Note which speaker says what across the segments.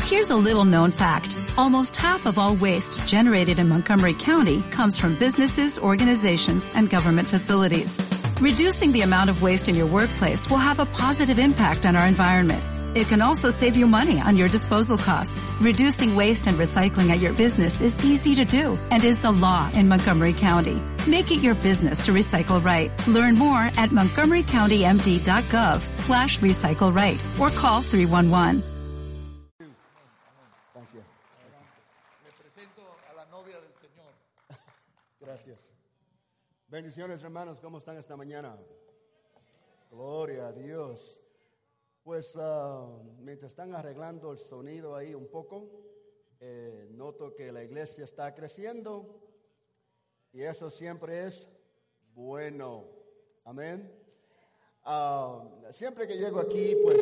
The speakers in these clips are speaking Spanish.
Speaker 1: Here's a little known fact. Almost half of all waste generated in Montgomery County comes from businesses, organizations, and government facilities. Reducing the amount of waste in your workplace will have a positive impact on our environment. It can also save you money on your disposal costs. Reducing waste and recycling at your business is easy to do and is the law in Montgomery County. Make it your business to recycle right. Learn more at montgomerycountymd.gov/recycle right or call 311.
Speaker 2: Thank you.
Speaker 3: Le presento a la novia del Señor.
Speaker 2: Gracias. Bendiciones, hermanos. ¿Cómo están esta mañana? Gloria a Dios. Pues mientras están arreglando el sonido ahí un poco, noto que la iglesia está creciendo y eso siempre es bueno. Amén. Siempre que llego aquí, pues,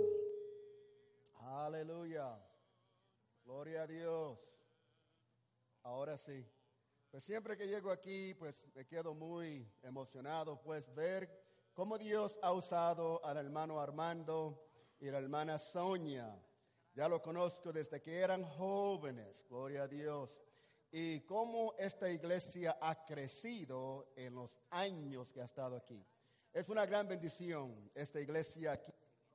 Speaker 2: aleluya. Gloria a Dios. Ahora sí. Pues siempre que llego aquí, pues me quedo muy emocionado, pues ver cómo Dios ha usado al hermano Armando y a la hermana Sonia. Ya lo conozco desde que eran jóvenes, gloria a Dios. Y cómo esta iglesia ha crecido en los años que ha estado aquí. Es una gran bendición esta iglesia aquí.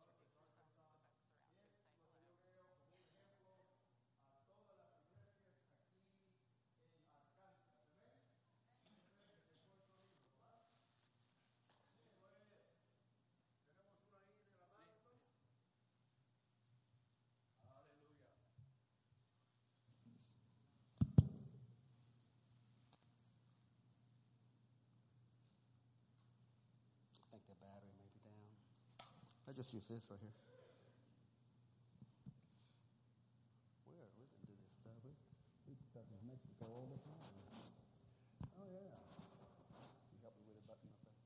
Speaker 2: I think the battery may be down. I just use this right here. Where? We can do this stuff. We start in Mexico all the time. Oh, yeah. You help me with the button up there.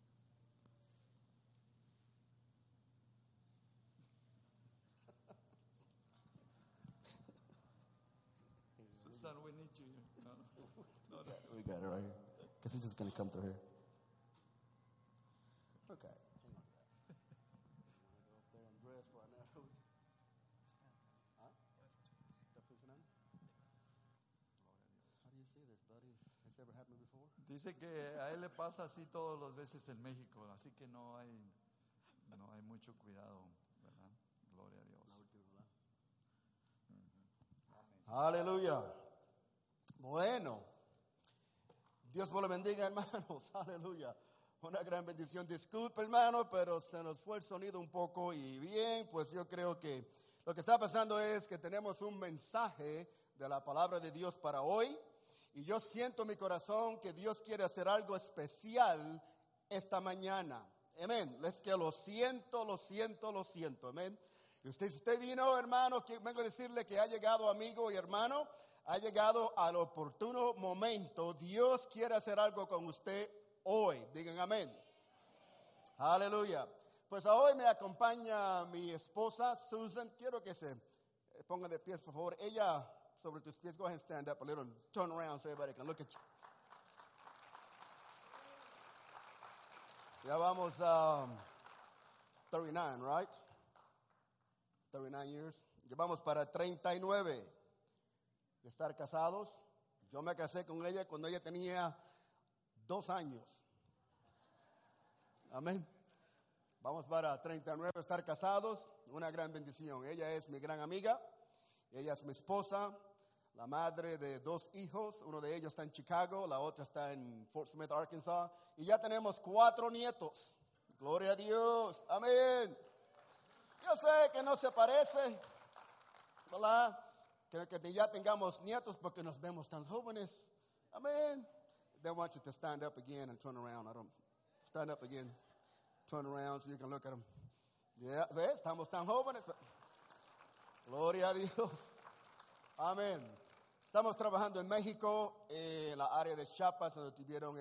Speaker 3: Susan, we need you. No.
Speaker 2: We got it right here. Because it's just going to come through here. Okay. Hang on. You want to go up there and dress right now? Huh? ¿Está funcionando? How do you see this, buddy? Has this ever happened before?
Speaker 3: Dice que a él le pasa así todas las veces en México, así que no hay mucho cuidado, ¿verdad? Gloria a Dios.
Speaker 2: Aleluya. Bueno, Dios me lo bendiga, hermanos. Aleluya. Una gran bendición. Disculpe, hermano, pero se nos fue el sonido un poco y bien, pues yo creo que lo que está pasando es que tenemos un mensaje de la palabra de Dios para hoy y yo siento en mi corazón que Dios quiere hacer algo especial esta mañana. Amén. Es que lo siento. Amén. Y usted vino, hermano, que vengo a decirle que ha llegado, amigo y hermano, ha llegado al oportuno momento. Dios quiere hacer algo con usted hoy. Digan amén. Aleluya. Pues hoy me acompaña mi esposa, Susan. Quiero que se pongan de pies, por favor. Ella, sobre tus pies, go ahead and stand up a little and turn around so everybody can look at you. Ya vamos 39, right? 39 years. Llevamos para 39 de estar casados. Yo me casé con ella cuando ella tenía 2 años. Amén. Vamos para 39 de estar casados. Una gran bendición. Ella es mi gran amiga. Ella es mi esposa, la madre de 2 hijos. Uno de ellos está en Chicago, la otra está en Fort Smith, Arkansas. Y ya tenemos 4 nietos. Gloria a Dios. Amén. Yo sé que no se parece, ¿verdad? Que ya tengamos nietos porque nos vemos tan jóvenes. Amén. They want you to stand up again and turn around. Stand up again, turn around so you can look at them. Yeah, ¿ves? Estamos tan jóvenes. Gloria a Dios. Amén. Estamos trabajando en México, la área de Chiapas, donde tuvieron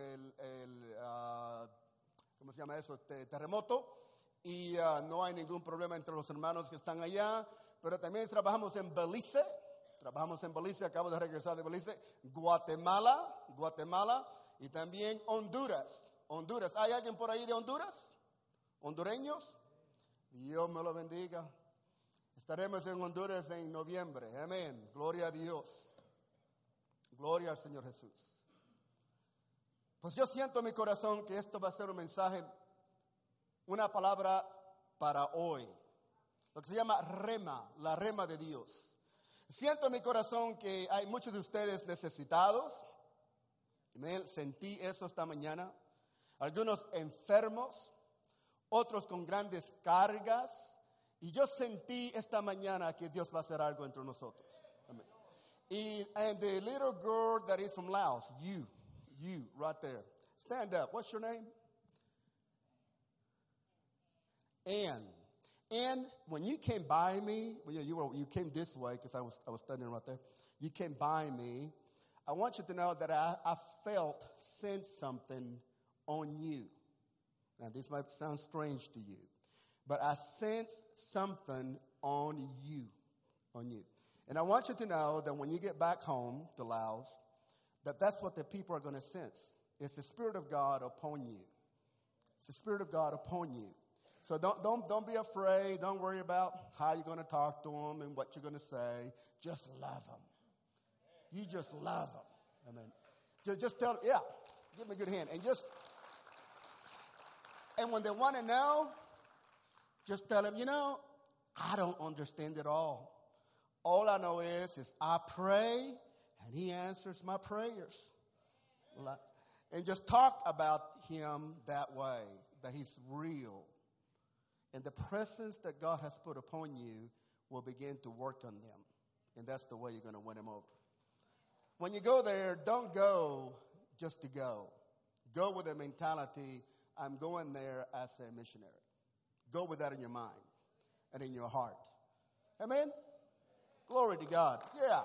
Speaker 2: ¿cómo se llama eso? Terremoto. Y no hay ningún problema entre los hermanos que están allá. Pero también trabajamos en Belice. Acabo de regresar de Belice. Guatemala. Y también Honduras. ¿Hay alguien por ahí de Honduras? ¿Hondureños? Dios me lo bendiga. Estaremos en Honduras en noviembre. Amén. Gloria a Dios. Gloria al Señor Jesús. Pues yo siento en mi corazón que esto va a ser un mensaje, una palabra para hoy. Lo que se llama rema, la rema de Dios. Siento en mi corazón que hay muchos de ustedes necesitados. Sentí eso esta mañana. Algunos enfermos, otros con grandes cargas. Y yo sentí esta mañana que Dios va a hacer algo entre nosotros. Amen. And the little girl that is from Laos, you right there. Stand up. What's your name? Ann, when you came by me, you came this way because I was standing right there. You came by me. I want you to know that I sensed something on you. Now, this might sound strange to you, but I sensed something on you. And I want you to know that when you get back home to Laos, that's what the people are going to sense. It's the Spirit of God upon you. It's the Spirit of God upon you. So don't be afraid. Don't worry about how you're going to talk to them and what you're going to say. Just love them. You just love them. Amen. Just tell them, yeah, give them a good hand. And when they want to know, just tell them, I don't understand it all. All I know is I pray and he answers my prayers. And just talk about him that way, that he's real. And the presence that God has put upon you will begin to work on them. And that's the way you're going to win them over. When you go there, don't go just to go. Go with the mentality, I'm going there as a missionary. Go with that in your mind and in your heart. Amen? Glory to God. Yeah.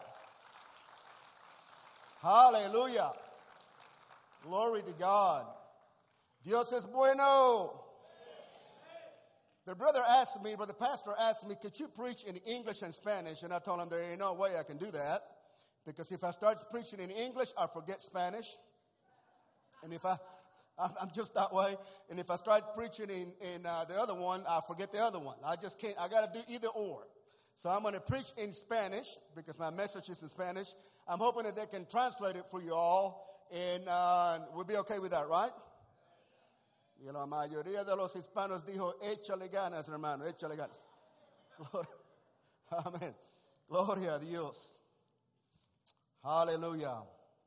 Speaker 2: Hallelujah. Glory to God. Dios es bueno. The brother pastor asked me, could you preach in English and Spanish? And I told him there ain't no way I can do that. Because if I start preaching in English, I forget Spanish. And if I'm just that way. And if I start preaching in the other one, I forget the other one. I just can't. I got to do either or. So I'm going to preach in Spanish because my message is in Spanish. I'm hoping that they can translate it for you all. And we'll be okay with that, right? Y la mayoría de los hispanos dijo, échale ganas, hermano, échale ganas. Amén. Gloria a Dios. Aleluya.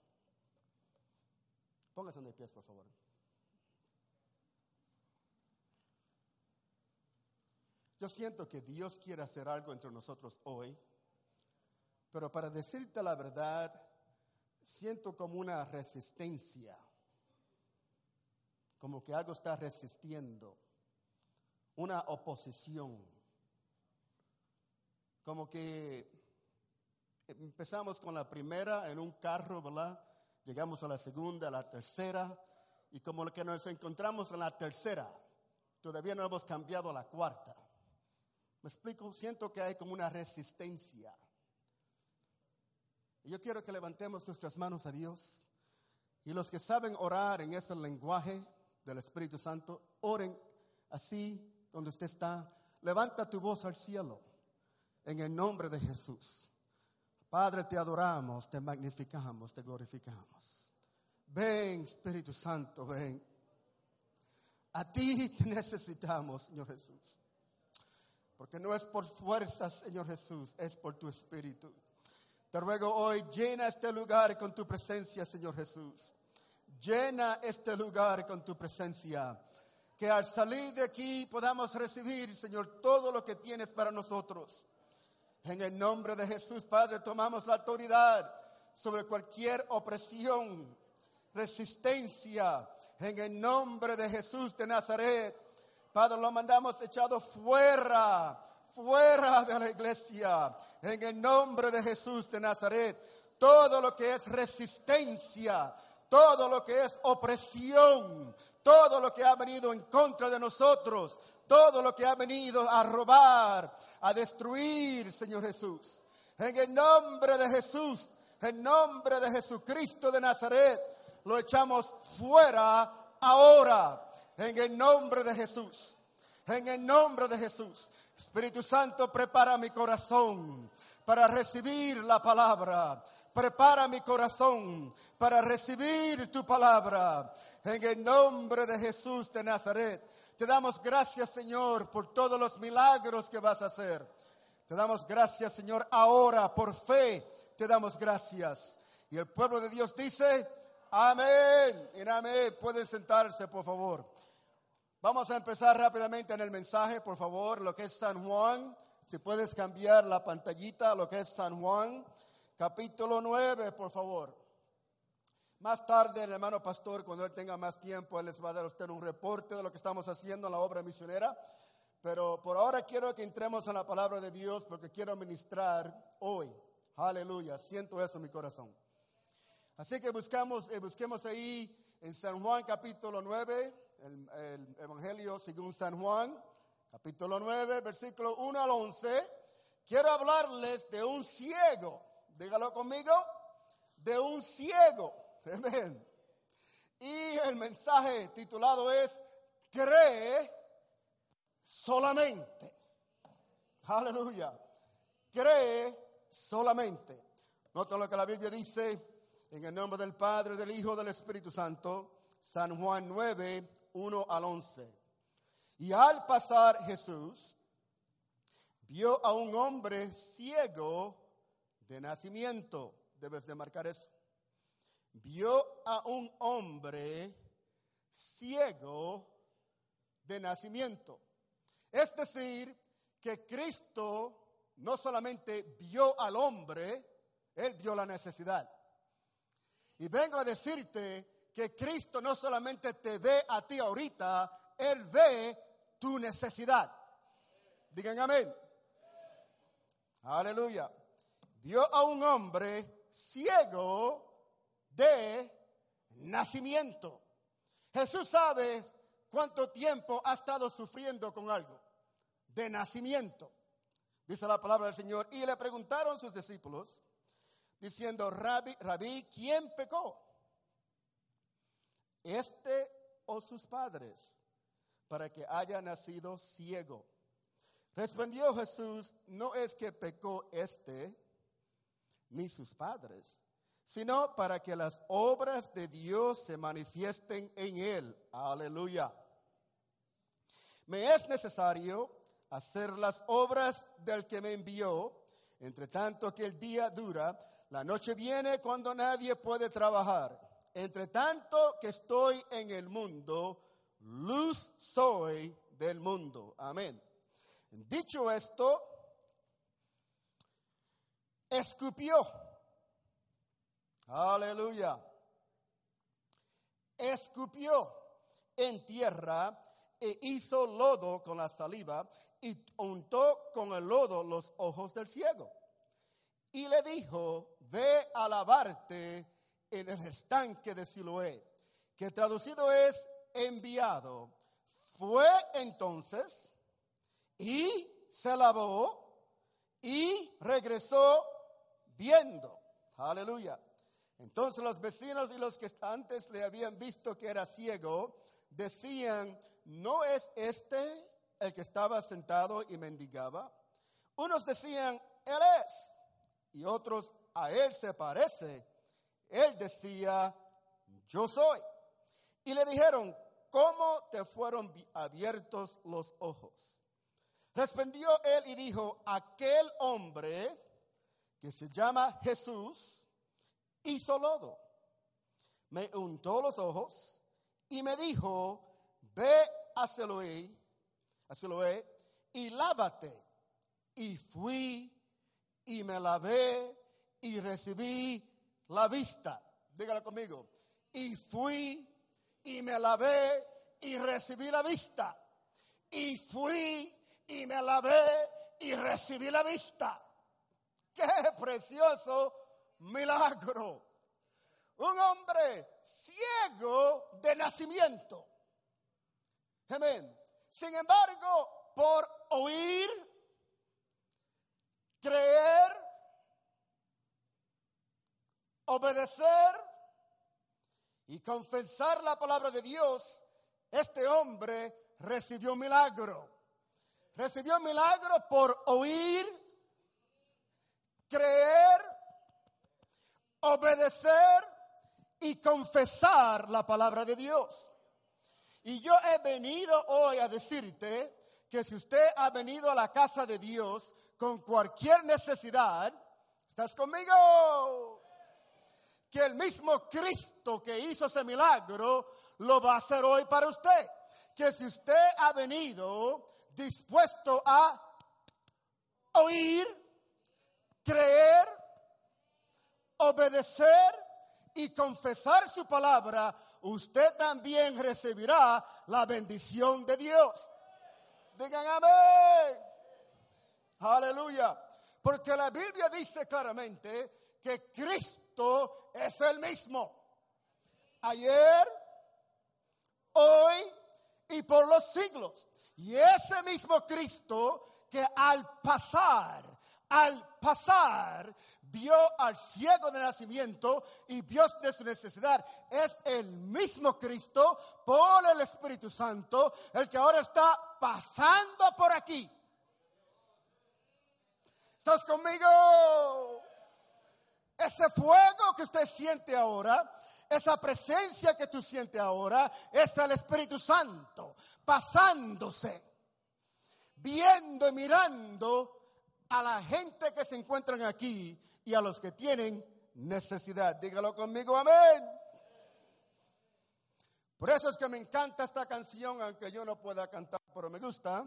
Speaker 2: Pónganse de pies, por favor. Yo siento que Dios quiere hacer algo entre nosotros hoy, pero para decirte la verdad, siento como una resistencia, como que algo está resistiendo, una oposición, como que empezamos con la primera en un carro, ¿verdad? Llegamos a la segunda, a la tercera, y como que nos encontramos en la tercera, todavía no hemos cambiado a la cuarta. ¿Me explico? Siento que hay como una resistencia. Y yo quiero que levantemos nuestras manos a Dios. Y los que saben orar en ese lenguaje del Espíritu Santo, oren así donde usted está. Levanta tu voz al cielo en el nombre de Jesús. Padre, te adoramos, te magnificamos, te glorificamos. Ven, Espíritu Santo, ven. A ti te necesitamos, Señor Jesús. Porque no es por fuerzas, Señor Jesús, es por tu Espíritu. Te ruego hoy, llena este lugar con tu presencia, Señor Jesús. Llena este lugar con tu presencia. Que al salir de aquí podamos recibir, Señor, todo lo que tienes para nosotros. En el nombre de Jesús, Padre, tomamos la autoridad sobre cualquier opresión, resistencia. En el nombre de Jesús de Nazaret. Padre, lo mandamos echado fuera de la iglesia, en el nombre de Jesús de Nazaret. Todo lo que es resistencia, todo lo que es opresión, todo lo que ha venido en contra de nosotros, todo lo que ha venido a robar, a destruir, Señor Jesús. En el nombre de Jesús, en nombre de Jesucristo de Nazaret, lo echamos fuera ahora. En el nombre de Jesús. En el nombre de Jesús. Espíritu Santo, prepara mi corazón para recibir la palabra. Prepara mi corazón para recibir tu palabra. En el nombre de Jesús de Nazaret. Te damos gracias, Señor, por todos los milagros que vas a hacer. Te damos gracias, Señor, ahora por fe. Te damos gracias. Y el pueblo de Dios dice, amén. Y amén. Pueden sentarse, por favor. Vamos a empezar rápidamente en el mensaje, por favor, lo que es San Juan. Si puedes cambiar la pantallita, lo que es San Juan, capítulo 9, por favor. Más tarde, el hermano pastor, cuando él tenga más tiempo, él les va a dar a usted un reporte de lo que estamos haciendo en la obra misionera. Pero por ahora quiero que entremos en la palabra de Dios porque quiero ministrar hoy. Aleluya, siento eso en mi corazón. Así que busquemos ahí en San Juan capítulo 9, el Evangelio según San Juan, capítulo 9, versículo 1 al 11. Quiero hablarles de un ciego. Dígalo conmigo, de un ciego. Amén. Y el mensaje titulado es, cree solamente. Aleluya. Cree solamente. Nota lo que la Biblia dice en el nombre del Padre, del Hijo, del Espíritu Santo. San Juan 9, 1 al 11. Y al pasar Jesús, vio a un hombre ciego de nacimiento. Debes de marcar eso. Vio a un hombre ciego de nacimiento. Es decir, que Cristo no solamente vio al hombre, Él vio la necesidad. Y vengo a decirte que Cristo no solamente te ve a ti ahorita, Él ve tu necesidad. Digan amén. Aleluya. Vio a un hombre ciego de nacimiento. Jesús sabe cuánto tiempo ha estado sufriendo con algo. De nacimiento. Dice la palabra del Señor. Y le preguntaron sus discípulos, diciendo, Rabí, ¿quién pecó? ¿Este o sus padres? Para que haya nacido ciego. Respondió Jesús, no es que pecó este, ni sus padres, sino para que las obras de Dios se manifiesten en él. Aleluya. Me es necesario hacer las obras del que me envió, entre tanto que el día dura, la noche viene cuando nadie puede trabajar. Entre tanto que estoy en el mundo, luz soy del mundo. Amén. Dicho esto, escupió. Aleluya. Escupió en tierra e hizo lodo con la saliva y untó con el lodo los ojos del ciego. Y le dijo, ve a lavarte en el estanque de Siloé, que traducido es enviado. Fue entonces y se lavó y regresó viendo. Aleluya. Entonces los vecinos y los que antes le habían visto que era ciego, decían, ¿no es este el que estaba sentado y mendigaba? Unos decían, él es, y otros, a él se parece. Él decía, yo soy. Y le dijeron, ¿cómo te fueron abiertos los ojos? Respondió él y dijo, aquel hombre que se llama Jesús hizo lodo, me untó los ojos y me dijo, ve a Siloé y lávate. Y fui y me lavé y recibí la vista. Dígalo conmigo. Y fui y me lavé y recibí la vista. Y fui y me lavé y recibí la vista. ¡Qué precioso milagro! Un hombre ciego de nacimiento. Amén. Sin embargo, por oír, creer, obedecer y confesar la palabra de Dios, este hombre recibió un milagro. Recibió milagro por oír, creer, obedecer y confesar la palabra de Dios. Y yo he venido hoy a decirte que si usted ha venido a la casa de Dios con cualquier necesidad, ¿estás conmigo? Que el mismo Cristo que hizo ese milagro lo va a hacer hoy para usted. Que si usted ha venido dispuesto a oír, creer, obedecer y confesar su palabra, usted también recibirá la bendición de Dios. Digan amén. Aleluya. Porque la Biblia dice claramente que Cristo es el mismo. Ayer, hoy y por los siglos. Y ese mismo Cristo que al pasar, vio al ciego de nacimiento y vio de su necesidad. Es el mismo Cristo por el Espíritu Santo, el que ahora está pasando por aquí. ¿Estás conmigo? Ese fuego que usted siente ahora, esa presencia que tú sientes ahora, es el Espíritu Santo pasándose, viendo y mirando a la gente que se encuentran aquí y a los que tienen necesidad. Dígalo conmigo, amén. Por eso es que me encanta esta canción, aunque yo no pueda cantar, pero me gusta.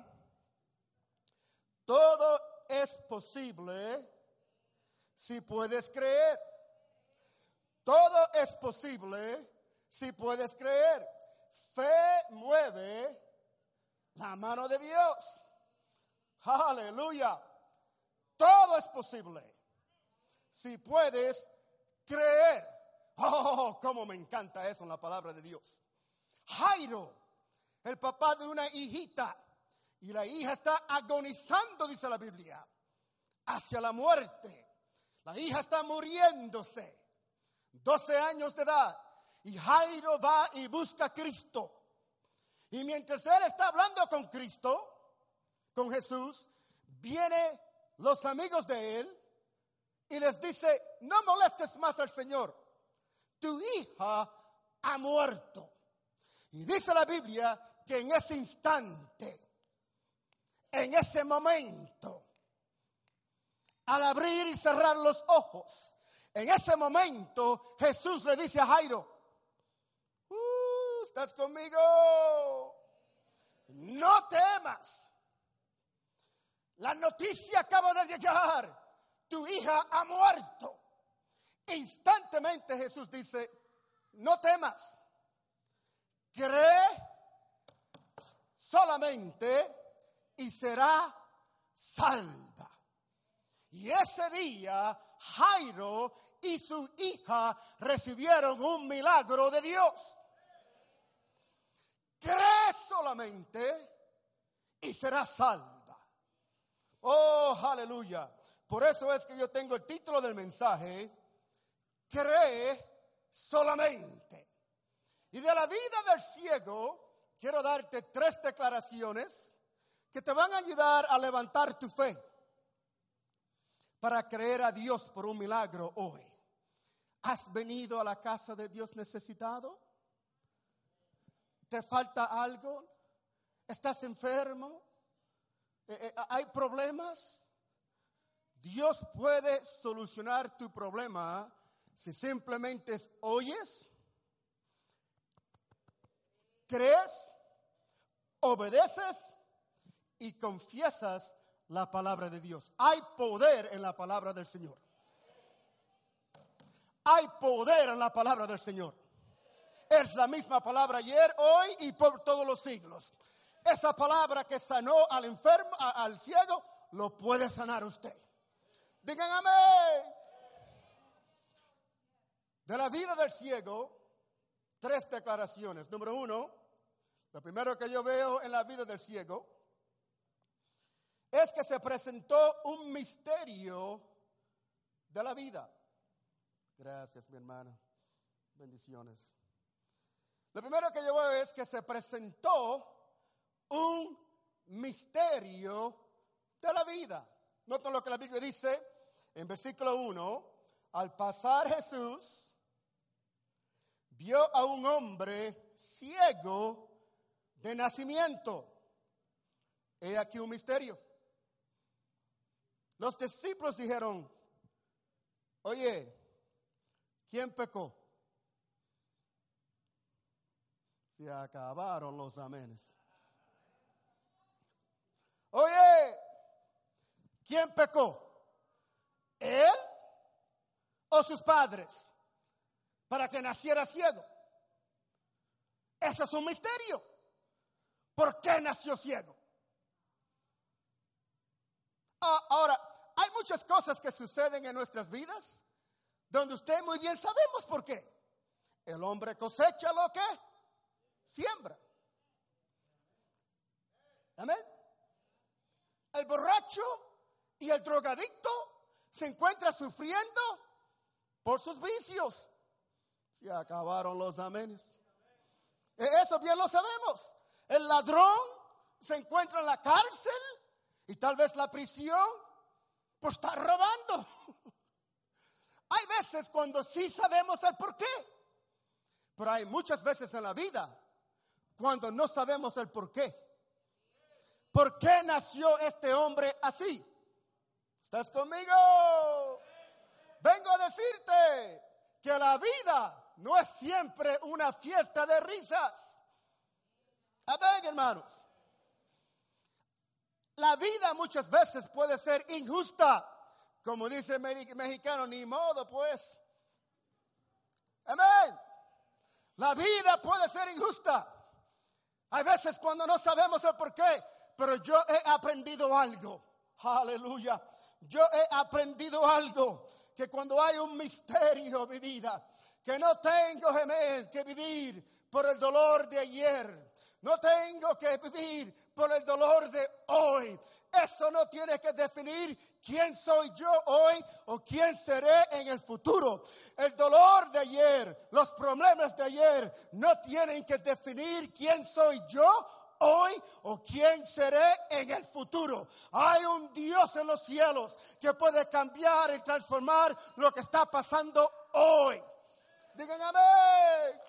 Speaker 2: Todo es posible si puedes creer. Todo es posible si puedes creer. Fe mueve la mano de Dios. Aleluya. Todo es posible si puedes creer. Oh, cómo me encanta eso en la palabra de Dios. Jairo, el papá de una hijita, y la hija está agonizando, dice la Biblia, hacia la muerte. La hija está muriéndose, 12 años de edad, y Jairo va y busca a Cristo. Y mientras él está hablando con Cristo, con Jesús, viene los amigos de él y les dice: no molestes más al Señor, tu hija ha muerto. Y dice la Biblia que en ese instante, en ese momento, al abrir y cerrar los ojos, en ese momento Jesús le dice a Jairo: ¿estás conmigo? No temas. La noticia acaba de llegar. Tu hija ha muerto. Instantemente Jesús dice: no temas. Cree solamente y será salva. Y ese día Jairo y su hija recibieron un milagro de Dios. Cree solamente y será salva. Oh, aleluya. Por eso es que yo tengo el título del mensaje: cree solamente. Y de la vida del ciego quiero darte 3 declaraciones que te van a ayudar a levantar tu fe para creer a Dios por un milagro hoy. ¿Has venido a la casa de Dios necesitado? ¿Te falta algo? ¿Estás enfermo? ¿Hay problemas? Dios puede solucionar tu problema si simplemente oyes, crees, obedeces y confiesas la palabra de Dios. Hay poder en la palabra del Señor. Hay poder en la palabra del Señor. Es la misma palabra ayer, hoy y por todos los siglos. Esa palabra que sanó al enfermo, al ciego, lo puede sanar usted. Digan amén. De la vida del ciego, 3 declaraciones. Número 1, lo primero que yo veo en la vida del ciego es que se presentó un misterio de la vida. Gracias, mi hermana. Bendiciones. Lo primero que yo veo es que se presentó un misterio de la vida. Noten lo que la Biblia dice en versículo 1. Al pasar Jesús, vio a un hombre ciego de nacimiento. He aquí un misterio. Los discípulos dijeron, oye, ¿quién pecó? Se acabaron los amenes. Oye, ¿quién pecó? ¿Él o sus padres? Para que naciera ciego. Eso es un misterio. ¿Por qué nació ciego? Ahora, hay muchas cosas que suceden en nuestras vidas donde usted muy bien sabemos por qué. El hombre cosecha lo que siembra. Amén. El borracho y el drogadicto se encuentran sufriendo por sus vicios. Se acabaron los amenes. Eso bien lo sabemos. El ladrón se encuentra en la cárcel y tal vez la prisión por estar robando. Hay veces cuando sí sabemos el por qué, pero hay muchas veces en la vida cuando no sabemos el por qué. ¿Por qué nació este hombre así? ¿Estás conmigo? Vengo a decirte que la vida no es siempre una fiesta de risas. Amén, hermanos. La vida muchas veces puede ser injusta. Como dice el mexicano, ni modo pues. Amén. La vida puede ser injusta. Hay veces cuando no sabemos el por qué. Pero yo he aprendido algo. Aleluya. Yo he aprendido algo. Que cuando hay un misterio en mi vida. Que no tengo que vivir por el dolor de ayer. No tengo que vivir por el dolor de hoy. Eso no tiene que definir quién soy yo hoy o quién seré en el futuro. El dolor de ayer, los problemas de ayer no tienen que definir quién soy yo hoy o quién seré en el futuro. Hay un Dios en los cielos que puede cambiar y transformar lo que está pasando hoy. Digan amén.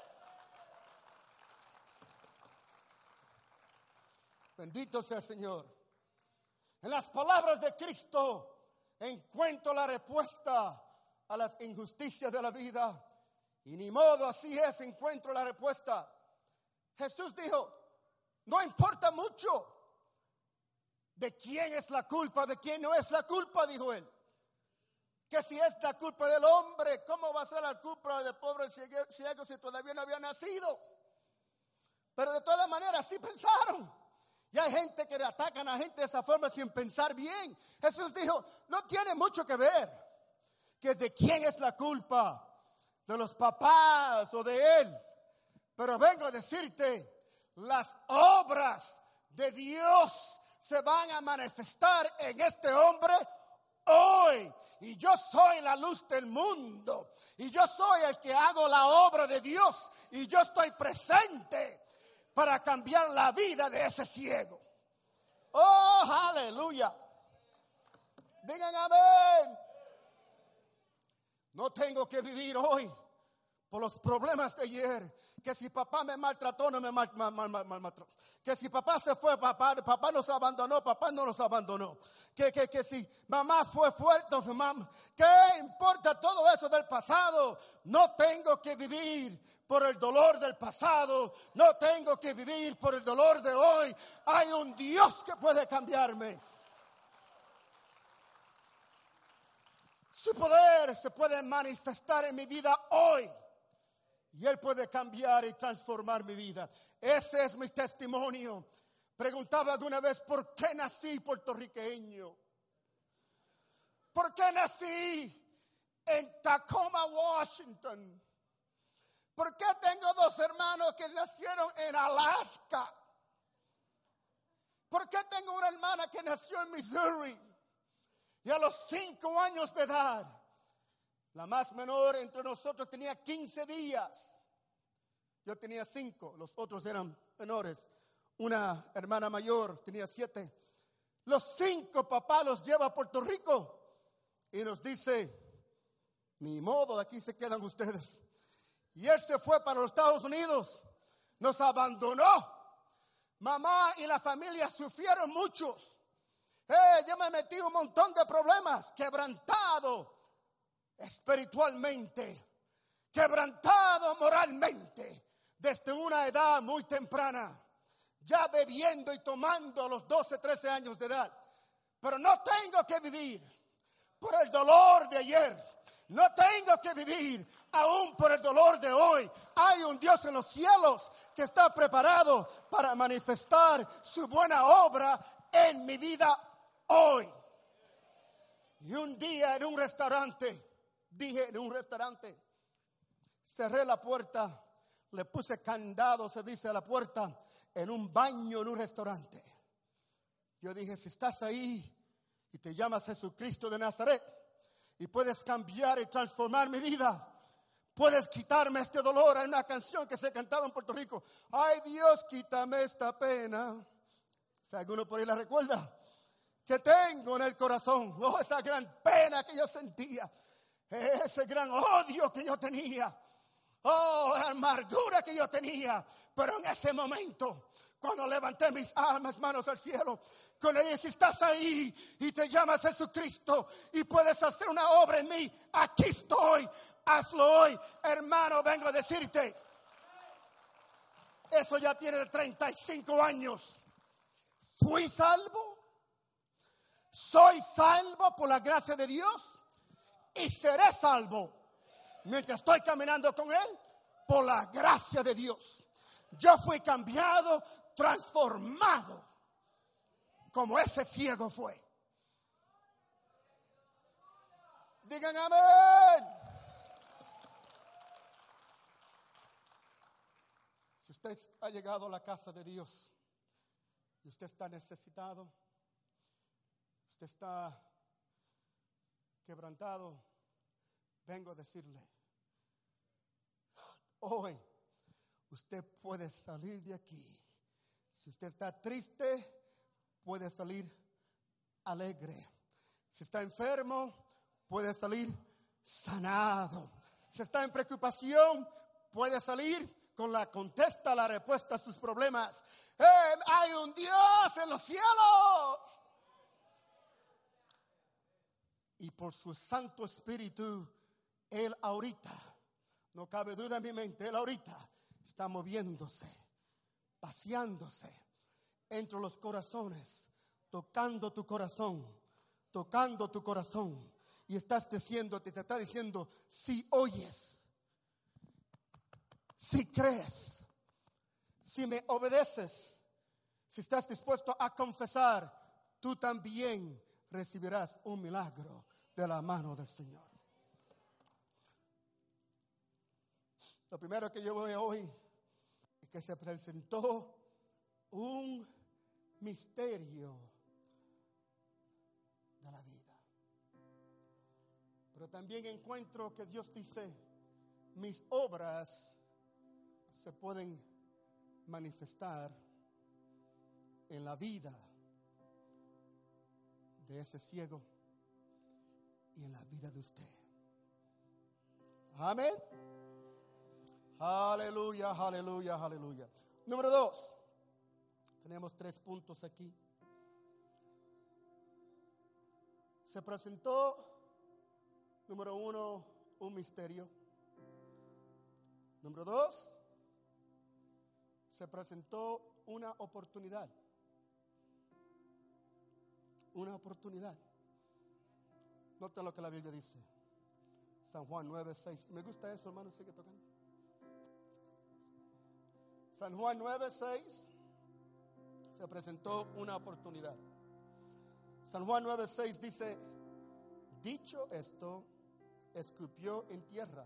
Speaker 2: Bendito sea el Señor. En las palabras de Cristo encuentro la respuesta a las injusticias de la vida. Y ni modo, así es, encuentro la respuesta. Jesús dijo, no importa mucho de quién es la culpa, de quién no es la culpa, dijo él. Que si es la culpa del hombre, ¿cómo va a ser la culpa del pobre ciego si todavía no había nacido? Pero de todas maneras, sí pensaron. Y hay gente que le atacan a gente de esa forma sin pensar bien. Jesús dijo, no tiene mucho que ver que de quién es la culpa, de los papás o de él. Pero vengo a decirte, las obras de Dios se van a manifestar en este hombre hoy. Y yo soy la luz del mundo. Y yo soy el que hago la obra de Dios. Y yo estoy presente para cambiar la vida de ese ciego. Oh, aleluya. Digan amén. No tengo que vivir hoy por los problemas de ayer. Que si papá me maltrató, no me maltrató. Que si papá se fue, papá nos abandonó, papá no nos abandonó. Que si mamá fue fuerte, mamá, ¿qué importa todo eso del pasado? No tengo que vivir por el dolor del pasado. No tengo que vivir por el dolor de hoy. Hay un Dios que puede cambiarme. Su poder se puede manifestar en mi vida hoy. Y Él puede cambiar y transformar mi vida. Ese es mi testimonio. Preguntaba alguna vez, ¿por qué nací puertorriqueño? ¿Por qué nací en Tacoma, Washington? ¿Por qué tengo dos hermanos que nacieron en Alaska? ¿Por qué tengo una hermana que nació en Missouri? Y a los 5 años de edad, la más menor entre nosotros tenía 15 días. Yo tenía 5, los otros eran menores. una hermana mayor, tenía 7. Los 5 papás los lleva a Puerto Rico y nos dice, ni modo, aquí se quedan ustedes. Y él se fue para los Estados Unidos, nos abandonó. Mamá y la familia sufrieron muchos. Yo me metí en un montón de problemas, quebrantado espiritualmente, quebrantado moralmente, desde una edad muy temprana, ya bebiendo y tomando a los 12, 13 años de edad. Pero no tengo que vivir por el dolor de ayer. No tengo que vivir aún por el dolor de hoy. Hay un Dios en los cielos que está preparado para manifestar su buena obra en mi vida hoy. Y un día en un restaurante, cerré la puerta, le puse candado, se dice, a la puerta, en un baño en un restaurante. Yo dije, si estás ahí y te llamas Jesucristo de Nazaret y puedes cambiar y transformar mi vida, puedes quitarme este dolor. Hay una canción que se cantaba en Puerto Rico, ay Dios, quítame esta pena. Si alguno por ahí la recuerda, que tengo en el corazón, esa gran pena que yo sentía, ese gran odio que yo tenía, la amargura que yo tenía. Pero en ese momento, cuando levanté mis manos al cielo, cuando dije, si estás ahí y te llamas Jesucristo y puedes hacer una obra en mí, aquí estoy, hazlo hoy. Hermano, vengo a decirte, eso ya tiene 35 años. Fui salvo, soy salvo por la gracia de Dios y seré salvo mientras estoy caminando con Él por la gracia de Dios. Yo fui cambiado, transformado, como ese ciego fue. Digan amén. Si usted ha llegado a la casa de Dios y usted está necesitado, usted está quebrantado, vengo a decirle, hoy usted puede salir de aquí. Si usted está triste, puede salir alegre. Si está enfermo, puede salir sanado. Si está en preocupación, puede salir con la contesta, la respuesta a sus problemas. Hay un Dios en los cielos. Y por su Santo Espíritu, Él ahorita, no cabe duda en mi mente, Él ahorita está moviéndose, paseándose entre los corazones, tocando tu corazón, y estás diciéndote, te está diciendo, si oyes, si crees, si me obedeces, si estás dispuesto a confesar, tú también recibirás un milagro de la mano del Señor. Lo primero que yo veo hoy es que se presentó un misterio de la vida. Pero también encuentro que Dios dice, mis obras se pueden manifestar en la vida de ese ciego y en la vida de usted. Amén. Aleluya, aleluya, aleluya. Número 2. Tenemos 3 puntos aquí. Se presentó, número 1, un misterio. Número 2, se presentó una oportunidad. Una oportunidad. Nota lo que la Biblia dice. San Juan 9:6. Me gusta eso, hermano, sigue tocando. San Juan 9:6 se presentó una oportunidad. San Juan 9:6 dice, dicho esto, escupió en tierra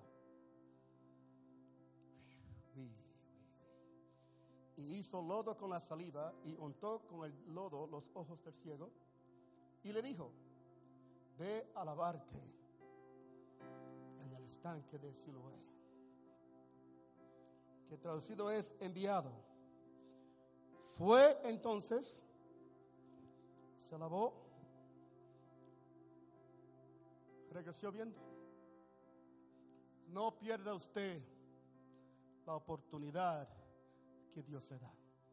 Speaker 2: y hizo lodo con la saliva y untó con el lodo los ojos del ciego y le dijo, ve a lavarte en el estanque de Siloé, que traducido es enviado. Fue entonces, se lavó, regresó viendo. No pierda usted la oportunidad que Dios le da.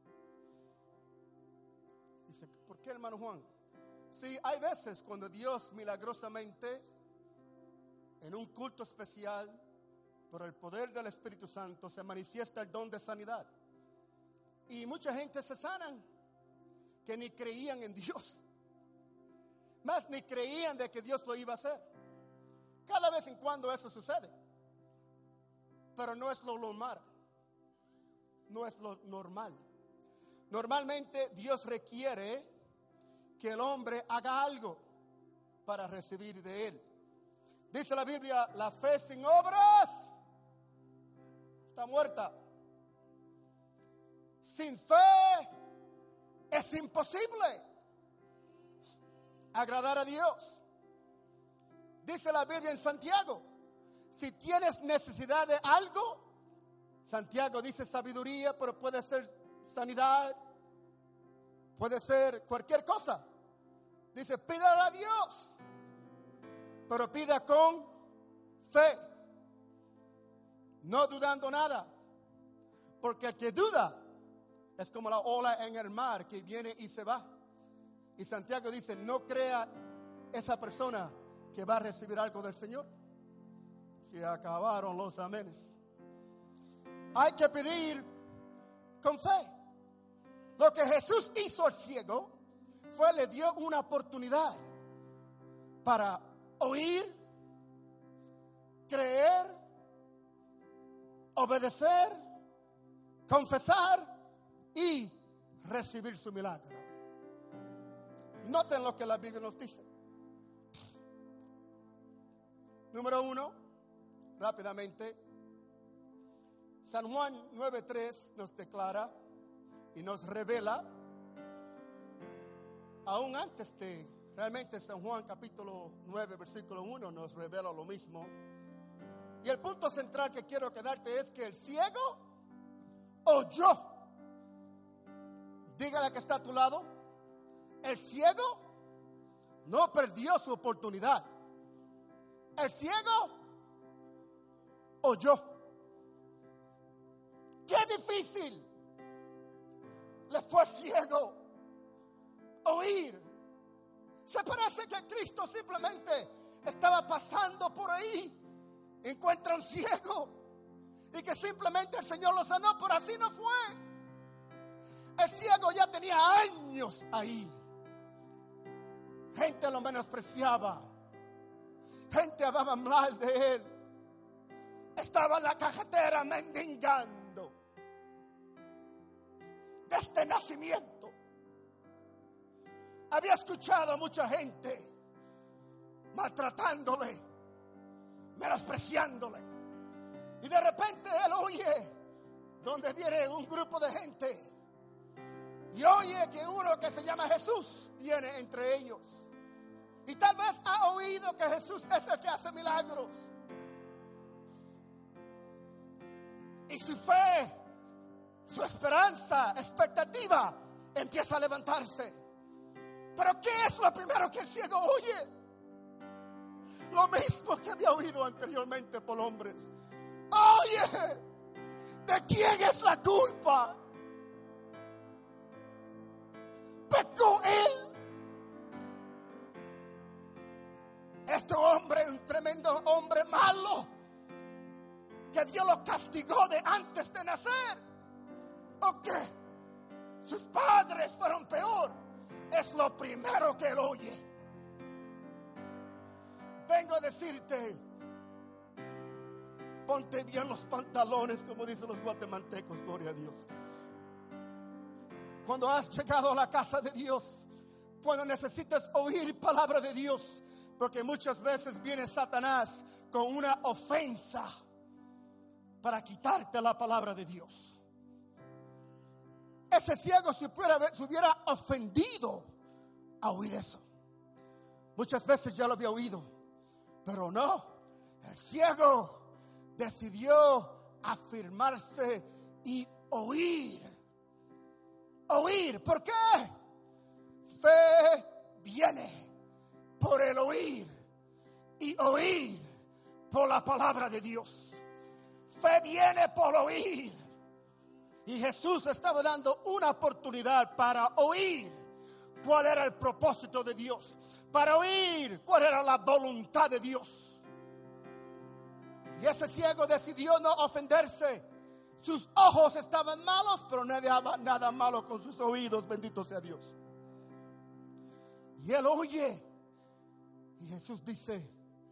Speaker 2: Dice, ¿por qué, hermano Juan? Sí, hay veces cuando Dios milagrosamente, en un culto especial, por el poder del Espíritu Santo, se manifiesta el don de sanidad. Y mucha gente se sanan que ni creían en Dios. Más ni creían de que Dios lo iba a hacer. Cada vez en cuando eso sucede. Pero no es lo normal. No es lo normal. Normalmente Dios requiere que el hombre haga algo para recibir de él. Dice la Biblia, la fe sin obras está muerta. Sin fe es imposible agradar a Dios. Dice la Biblia en Santiago, si tienes necesidad de algo, Santiago dice sabiduría, pero puede ser sanidad, puede ser cualquier cosa. Dice, pídale a Dios, pero pida con fe, no dudando nada, porque el que duda es como la ola en el mar que viene y se va. Y Santiago dice, no crea esa persona que va a recibir algo del Señor. Se acabaron los amenes. Hay que pedir con fe. Lo que Jesús hizo al ciego fue, le dio una oportunidad para oír, creer, obedecer, confesar y recibir su milagro. Noten lo que la Biblia nos dice. Número 1, rápidamente, San Juan 9:3 nos declara y nos revela, aún antes de realmente San Juan capítulo 9 versículo 1 nos revela lo mismo. Y el punto central que quiero quedarte es que el ciego oyó. Dígale que está a tu lado, el ciego no perdió su oportunidad. El ciego oyó. Qué difícil le fue al ciego oír. Se parece que Cristo simplemente estaba pasando por ahí, encuentra un ciego y que simplemente el Señor lo sanó, pero así no fue. El ciego ya tenía años ahí. Gente lo menospreciaba, gente hablaba mal de él. Estaba en la cajetera mendigando desde nacimiento. Había escuchado a mucha gente maltratándole, menospreciándole. Y de repente él oye donde viene un grupo de gente y oye que uno que se llama Jesús viene entre ellos. Y tal vez ha oído que Jesús es el que hace milagros. Y su fe, su esperanza, expectativa empieza a levantarse. Pero ¿qué es lo primero que el ciego oye? Lo mismo que había oído anteriormente por hombres. Oye, ¿de quién es la culpa? ¿Pecó él? Este hombre, un tremendo hombre malo, que Dios lo castigó de antes de nacer, o que sus padres fueron peor, es lo primero que él oye. Vengo a decirte, ponte bien los pantalones, como dicen los guatemaltecos, gloria a Dios. Cuando has llegado a la casa de Dios, cuando necesitas oír palabra de Dios, porque muchas veces viene Satanás con una ofensa para quitarte la palabra de Dios. Ese ciego se hubiera ofendido a oír eso. Muchas veces ya lo había oído, pero no. El ciego decidió afirmarse y oír. Oír. ¿Por qué? Fe viene por el oír y oír por la palabra de Dios. Fe viene por oír. Y Jesús estaba dando una oportunidad para oír cuál era el propósito de Dios, para oír cuál era la voluntad de Dios. Y ese ciego decidió no ofenderse. Sus ojos estaban malos, pero no había nada malo con sus oídos, bendito sea Dios. Y él oye. Y Jesús dice,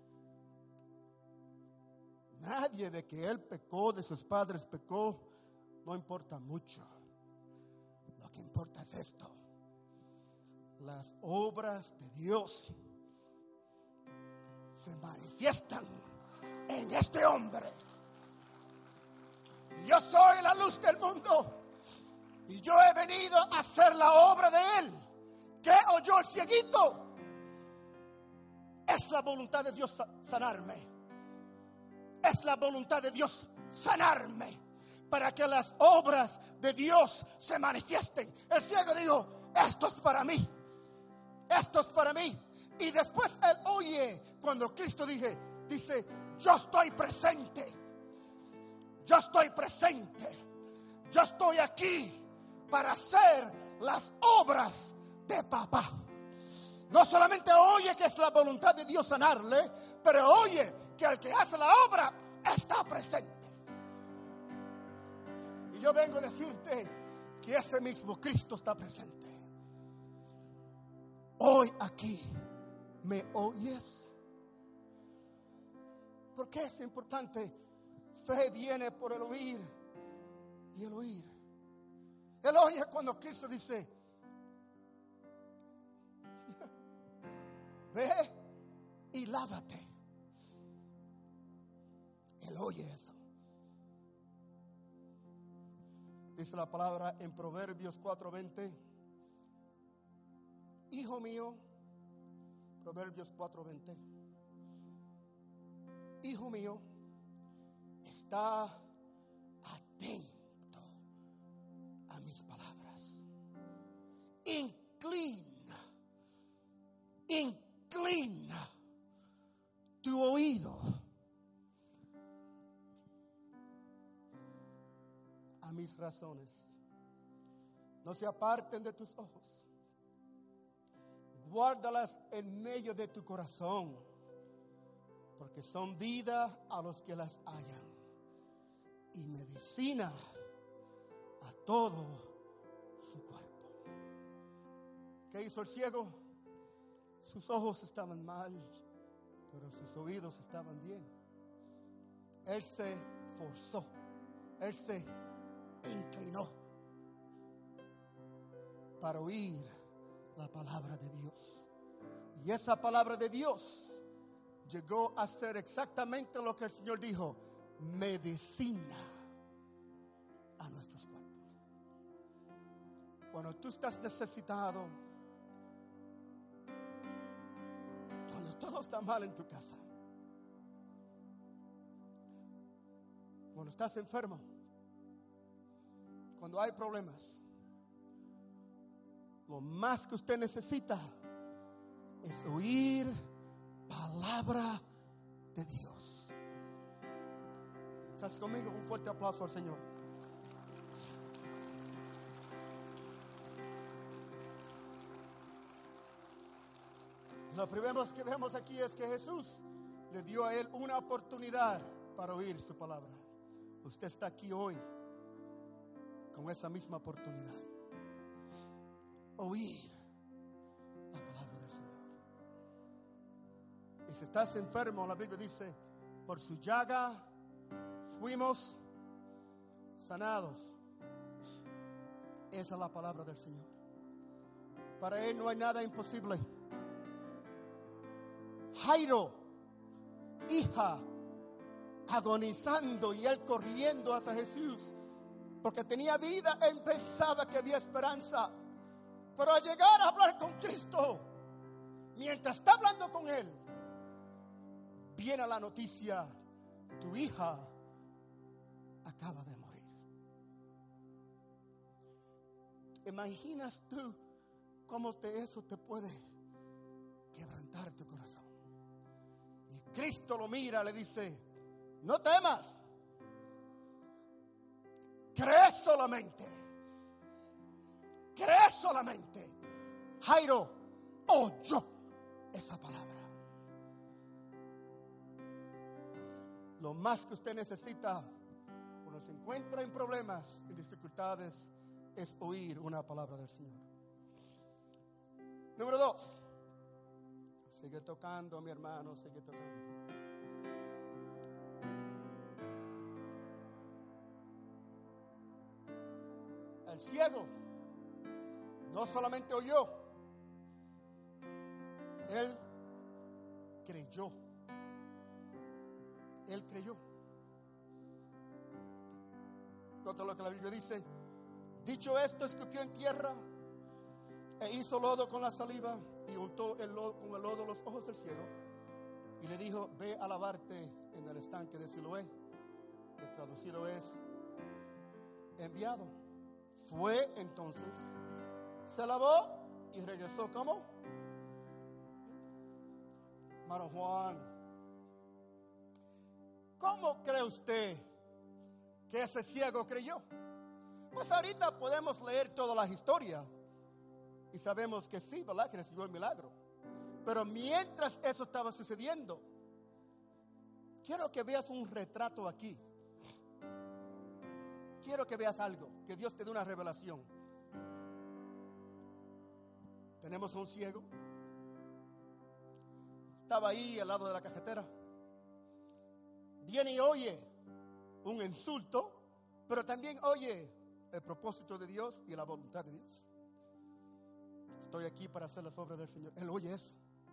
Speaker 2: nadie de que él pecó, de sus padres pecó, no importa mucho. Lo que importa es esto: las obras de Dios se manifiestan en este hombre. Y yo soy la luz del mundo, y yo he venido a hacer la obra de él. ¿Qué oyó el cieguito? Es la voluntad de Dios sanarme. Es la voluntad de Dios sanarme, para que las obras de Dios se manifiesten. El ciego dijo, esto es para mí. Esto es para mí. Y después él oye cuando Cristo dice, yo estoy presente. Yo estoy presente. Yo estoy aquí para hacer las obras de papá. No solamente oye que es la voluntad de Dios sanarle, pero oye que el que hace la obra está presente. Y yo vengo a decirte que ese mismo Cristo está presente. Hoy aquí, ¿me oyes? ¿Por qué es importante? Fe viene por el oír y el oír. Él oye cuando Cristo dice, ve y lávate. Él oye eso. Dice la palabra en Proverbios 4:20. Hijo mío, Proverbios 4:20. Hijo mío, está atento a mis palabras. Inclina tu oído a mis razones. No se aparten de tus ojos. Guárdalas en medio de tu corazón, porque son vida a los que las hallan y medicina a todo su cuerpo. ¿Qué hizo el ciego? Sus ojos estaban mal, pero sus oídos estaban bien. Él se forzó, él se inclinó para oír la palabra de Dios. Y esa palabra de Dios llegó a ser exactamente lo que el Señor dijo: medicina a nuestros cuerpos. Cuando tú estás necesitado, cuando todo está mal en tu casa, cuando estás enfermo, cuando hay problemas, lo más que usted necesita es oír palabra de Dios. ¿Estás conmigo? Un fuerte aplauso al Señor. Lo primero que vemos aquí es que Jesús le dio a él una oportunidad para oír su palabra. Usted está aquí hoy con esa misma oportunidad. Oír la palabra del Señor. Y si estás enfermo, la Biblia dice, por su llaga fuimos sanados. Esa es la palabra del Señor. Para él no hay nada imposible. Jairo, hija, agonizando, y él corriendo hacia Jesús porque tenía vida. Él pensaba que había esperanza. Pero al llegar a hablar con Cristo, mientras está hablando con él, viene la noticia: tu hija acaba de morir. imaginas tú cómo eso te puede quebrantar tu corazón? Y Cristo lo mira, le dice, no temas, cree solamente. Cree solamente. Jairo oyó esa palabra. Lo más que usted necesita cuando se encuentra en problemas, en dificultades, es oír una palabra del Señor. Número 2. Sigue tocando, mi hermano, sigue tocando. El ciego no solamente oyó, él creyó. Él creyó. Nota lo que la Biblia dice. Dicho esto, escupió en tierra e hizo lodo con la saliva y untó con el lodo los ojos del ciego y le dijo, ve a lavarte en el estanque de Siloé, que traducido es enviado. Fue entonces, se lavó y regresó. ¿Cómo? Hermano Juan, ¿cómo cree usted que ese ciego creyó? Pues ahorita podemos leer todas las historias y sabemos que sí, ¿verdad? Que recibió el milagro. Pero mientras eso estaba sucediendo, quiero que veas un retrato aquí. Quiero que veas algo, que Dios te dé una revelación. Tenemos un ciego. Estaba ahí al lado de la cajetera. Viene y oye un insulto, pero también oye el propósito de Dios y la voluntad de Dios. Estoy aquí para hacer las obras del Señor. Él oye eso.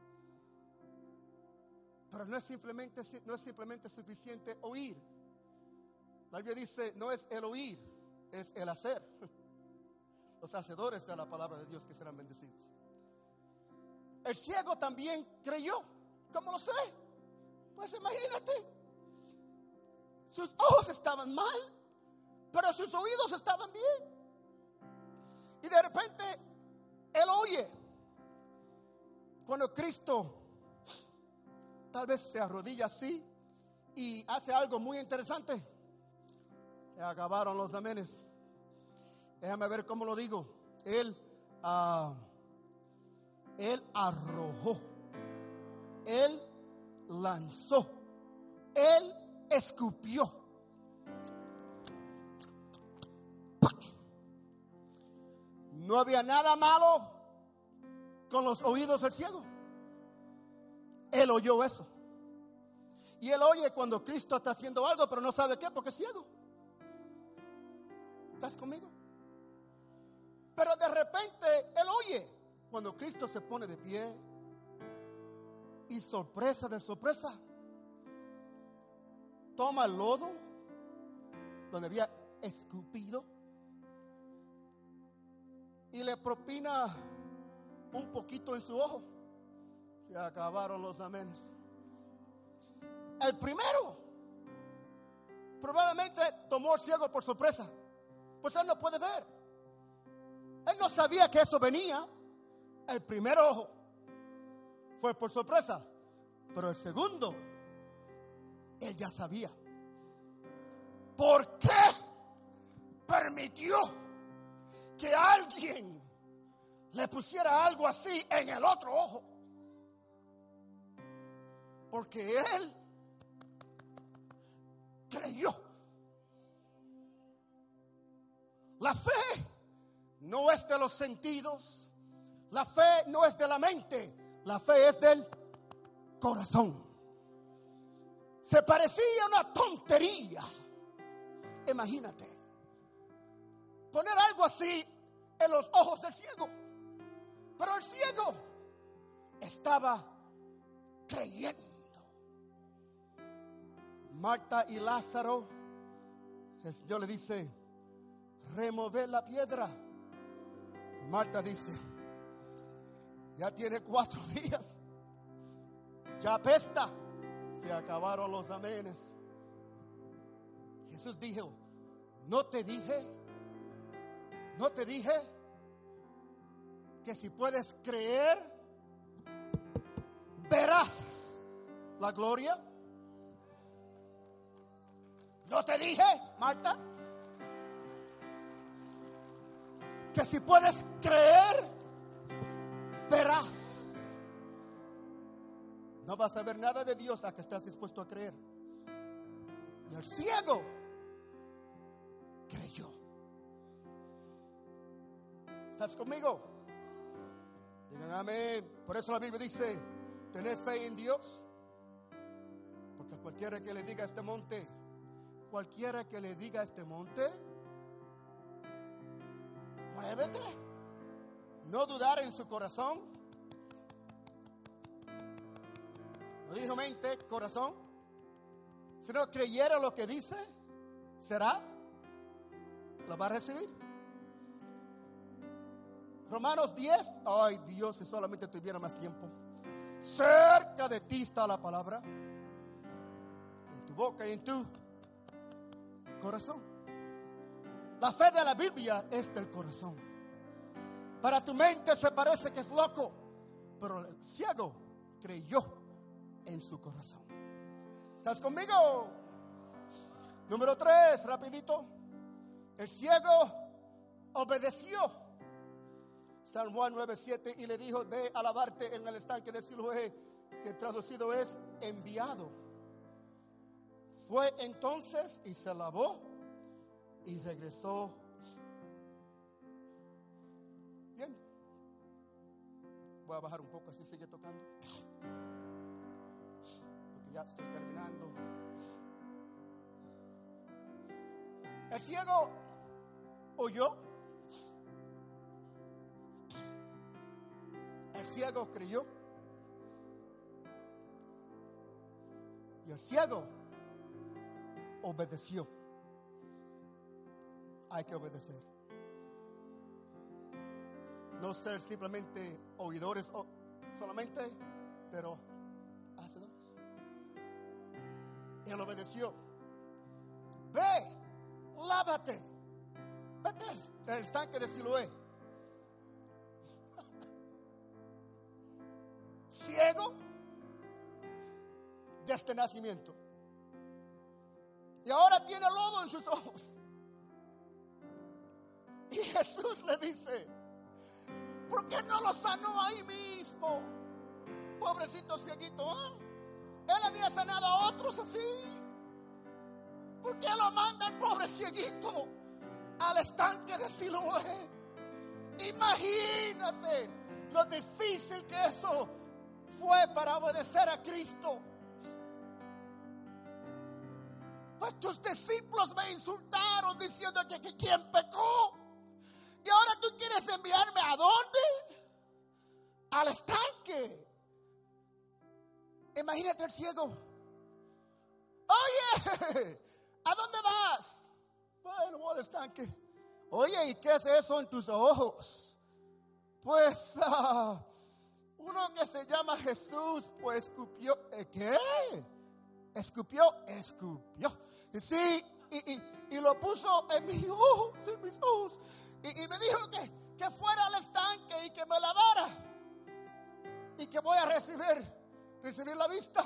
Speaker 2: Pero no es simplemente suficiente oír. La Biblia dice, no es el oír, es el hacer. Los hacedores de la palabra de Dios que serán bendecidos. El ciego también creyó. ¿Cómo lo sé? Pues imagínate. Sus ojos estaban mal, pero sus oídos estaban bien. Y de repente, él oye. Cuando Cristo tal vez se arrodilla así y hace algo muy interesante. Acabaron los amenes. Déjame ver cómo lo digo. Él arrojó. Él lanzó. Él escupió. No había nada malo con los oídos del ciego. Él oyó eso. Y él oye cuando Cristo está haciendo algo, pero no sabe qué, porque es ciego. ¿Estás conmigo? Pero de repente él oye cuando Cristo se pone de pie y sorpresa de sorpresa toma el lodo donde había escupido y le propina un poquito en su ojo. Se acabaron los amenes. El primero probablemente tomó al ciego por sorpresa, pues él no puede ver. Él no sabía que eso venía. El primer ojo fue por sorpresa, pero el segundo él ya sabía. ¿Por qué permitió que alguien le pusiera algo así en el otro ojo? Porque él creyó. La fe no es de los sentidos. La fe no es de la mente. La fe es del corazón. Se parecía a una tontería. Imagínate poner algo así en los ojos del ciego. Pero el ciego estaba creyendo. Marta y Lázaro, el Señor le dice, remover la piedra. Y Marta dice, ya tiene 4 días, ya apesta. Se acabaron los amenes. Jesús dijo, no te dije que si puedes creer, verás la gloria. ¿No te dije, Marta? Que si puedes creer, verás. No vas a ver nada de Dios hasta que estás dispuesto a creer. Y el ciego creyó. ¿Estás conmigo? Digan amén. Por eso la Biblia dice: tened fe en Dios, porque cualquiera que le diga a este monte, muévete, no dudar en su corazón. No dijo mente, corazón. Si no creyera lo que dice, será, lo va a recibir. Romanos 10. Ay, Dios, si solamente tuviera más tiempo. Cerca de ti está la palabra, en tu boca y en tu corazón. La fe de la Biblia es del corazón. Para tu mente se parece que es loco, pero el ciego creyó en su corazón. ¿Estás conmigo? Número 3, rapidito. El ciego obedeció. San Juan 9:7, y le dijo: ve a lavarte en el estanque de Siloé, que traducido es enviado. Fue entonces y se lavó y regresó. Bien. Voy a bajar un poco, así sigue tocando, porque ya estoy terminando. El ciego oyó. El ciego creyó. Y el ciego obedeció. Hay que obedecer. No ser simplemente oidores solamente, pero hacedores. Él obedeció. Ve, lávate, vete al estanque de Siloé. Ciego desde nacimiento, y ahora tiene lodo en sus ojos. Y Jesús le dice: ¿por qué no lo sanó ahí mismo? Pobrecito cieguito, ¿eh? Él había sanado a otros así. ¿Por qué lo manda el pobre cieguito al estanque de Siloé? Imagínate lo difícil que eso fue para obedecer a Cristo. Pues tus discípulos me insultaron diciendo que quién pecó. Y ahora tú quieres enviarme ¿a dónde? Al estanque. Imagínate el ciego. Oye, ¿a dónde vas? Bueno, voy al estanque. Oye, ¿y qué es eso en tus ojos? Pues uno que se llama Jesús, pues escupió. ¿Qué? Escupió. Sí, y lo puso en mis ojos, y me dijo que fuera al estanque y que me lavara, y que voy a recibir la vista.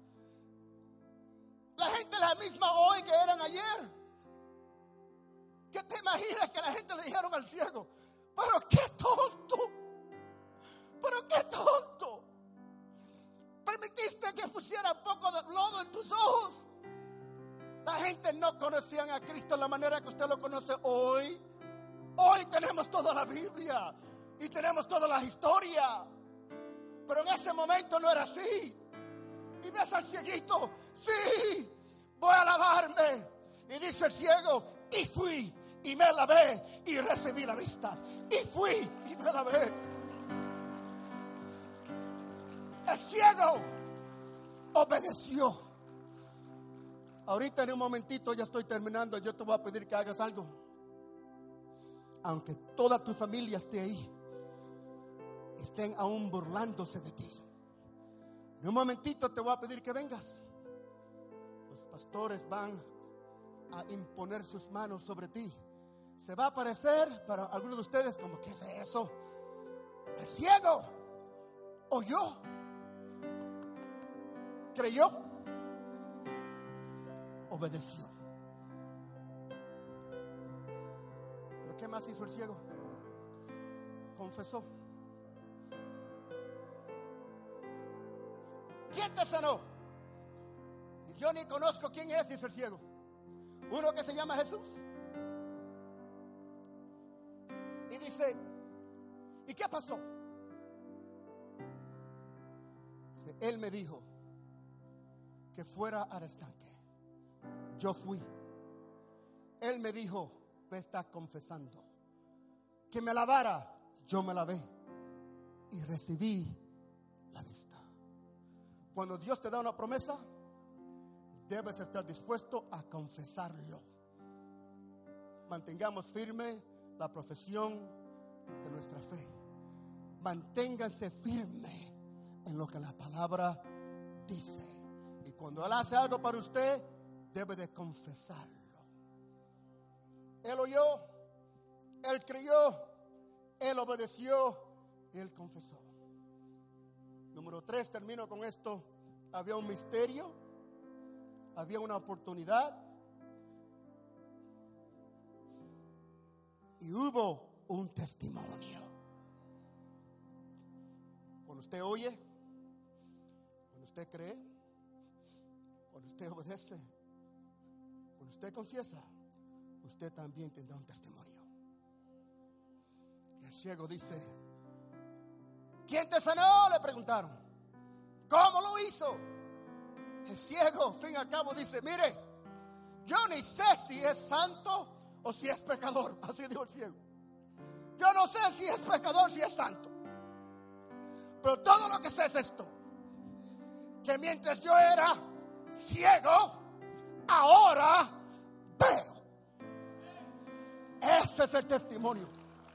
Speaker 2: La gente es la misma hoy que eran ayer. ¿Qué te imaginas que la gente le dijeron al ciego? Pero qué tonto. Permitiste que pusiera un poco de lodo en tus ojos. La gente no conocían a Cristo de la manera que usted lo conoce hoy. Hoy tenemos toda la Biblia y tenemos toda la historia. Pero en ese momento no era así. Y ves al cieguito: sí, voy a lavarme. Y dice el ciego: y fui y me lavé y recibí la vista. Y fui y me lavé. El ciego obedeció. Ahorita en un momentito, ya estoy terminando, yo te voy a pedir que hagas algo. Aunque toda tu familia esté ahí, estén aún burlándose de ti, en un momentito te voy a pedir que vengas. Los pastores van a imponer sus manos sobre ti. Se va a parecer para algunos de ustedes como: ¿qué es eso? El ciego oyó, creyó, obedeció. ¿Pero qué más hizo el ciego? Confesó. ¿Quién te sanó? Y yo ni conozco quién es, dice el ciego. Uno que se llama Jesús. Y dice, ¿y qué pasó? Dice, él me dijo que fuera al estanque. Yo fui. Él me dijo, me está confesando, que me lavara. Yo me lavé y recibí la vista. Cuando Dios te da una promesa, debes estar dispuesto a confesarlo. Mantengamos firme la profesión de nuestra fe. Manténganse firme en lo que la palabra dice. Y cuando Él hace algo para usted, debe de confesarlo. Él oyó, Él creyó, Él obedeció, Él confesó. Número 3, termino con esto. Había un misterio, había una oportunidad y hubo un testimonio. Cuando usted oye, cuando usted cree, cuando usted obedece, cuando usted confiesa, usted también tendrá un testimonio. Y el ciego dice, ¿quién te sanó?, le preguntaron. ¿Cómo lo hizo? El ciego, fin y al cabo, dice, mire, yo ni sé si es santo o si es pecador. Así dijo el ciego. Yo no sé si es pecador, si es santo. Pero todo lo que sé es esto: que mientras yo era ciego, ahora veo. Ese es el testimonio.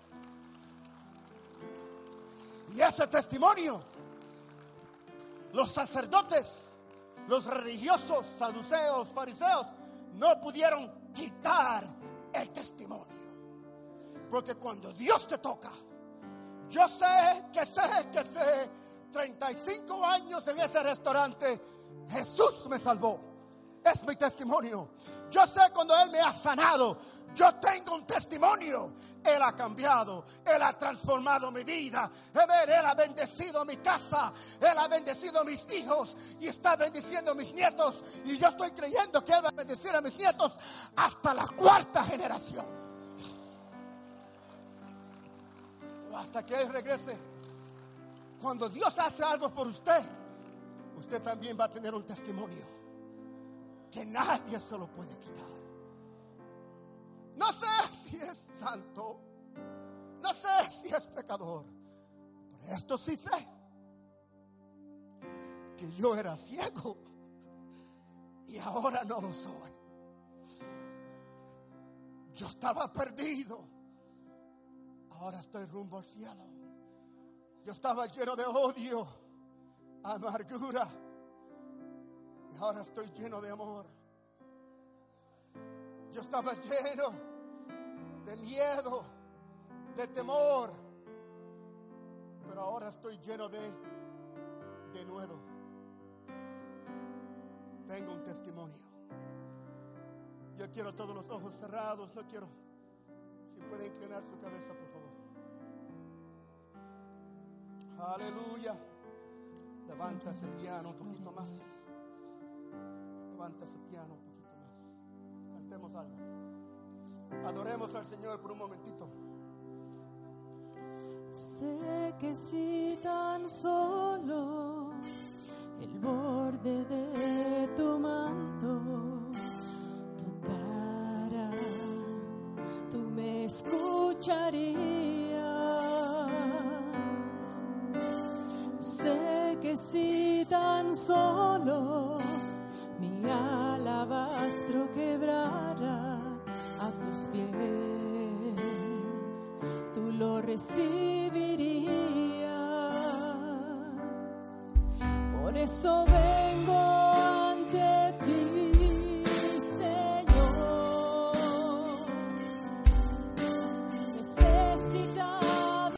Speaker 2: Y ese testimonio, los sacerdotes, los religiosos, saduceos, fariseos, no pudieron quitar el testimonio. Porque cuando Dios te toca, yo sé, 35 años en ese restaurante, Jesús me salvó. Es mi testimonio. Yo sé cuando Él me ha sanado. Yo tengo un testimonio. Él ha cambiado, Él ha transformado mi vida. Él ha bendecido mi casa, Él ha bendecido mis hijos y está bendiciendo a mis nietos. Y yo estoy creyendo que Él va a bendecir a mis nietos hasta la 4ª generación. O hasta que Él regrese. Cuando Dios hace algo por usted, usted también va a tener un testimonio que nadie se lo puede quitar. No sé si es santo, no sé si es pecador, pero esto sí sé: que yo era ciego y ahora no lo soy. Yo estaba perdido, ahora estoy rumbo al cielo. Yo estaba lleno de odio, amargura, y ahora estoy lleno de amor. Yo estaba lleno de miedo, de temor, pero ahora estoy lleno de nuevo. Tengo un testimonio. Yo quiero todos los ojos cerrados. No quiero, si puede inclinar su cabeza, por favor. Aleluya. Levanta ese piano un poquito más. Levanta ese piano un poquito más. Cantemos algo. Adoremos al Señor por un momentito.
Speaker 4: Sé que si tan solo el borde de tu manto tocara, tú me escucharías. Sé que si tan solo mi alabastro quebrara a tus pies, tú lo recibirías. Por eso vengo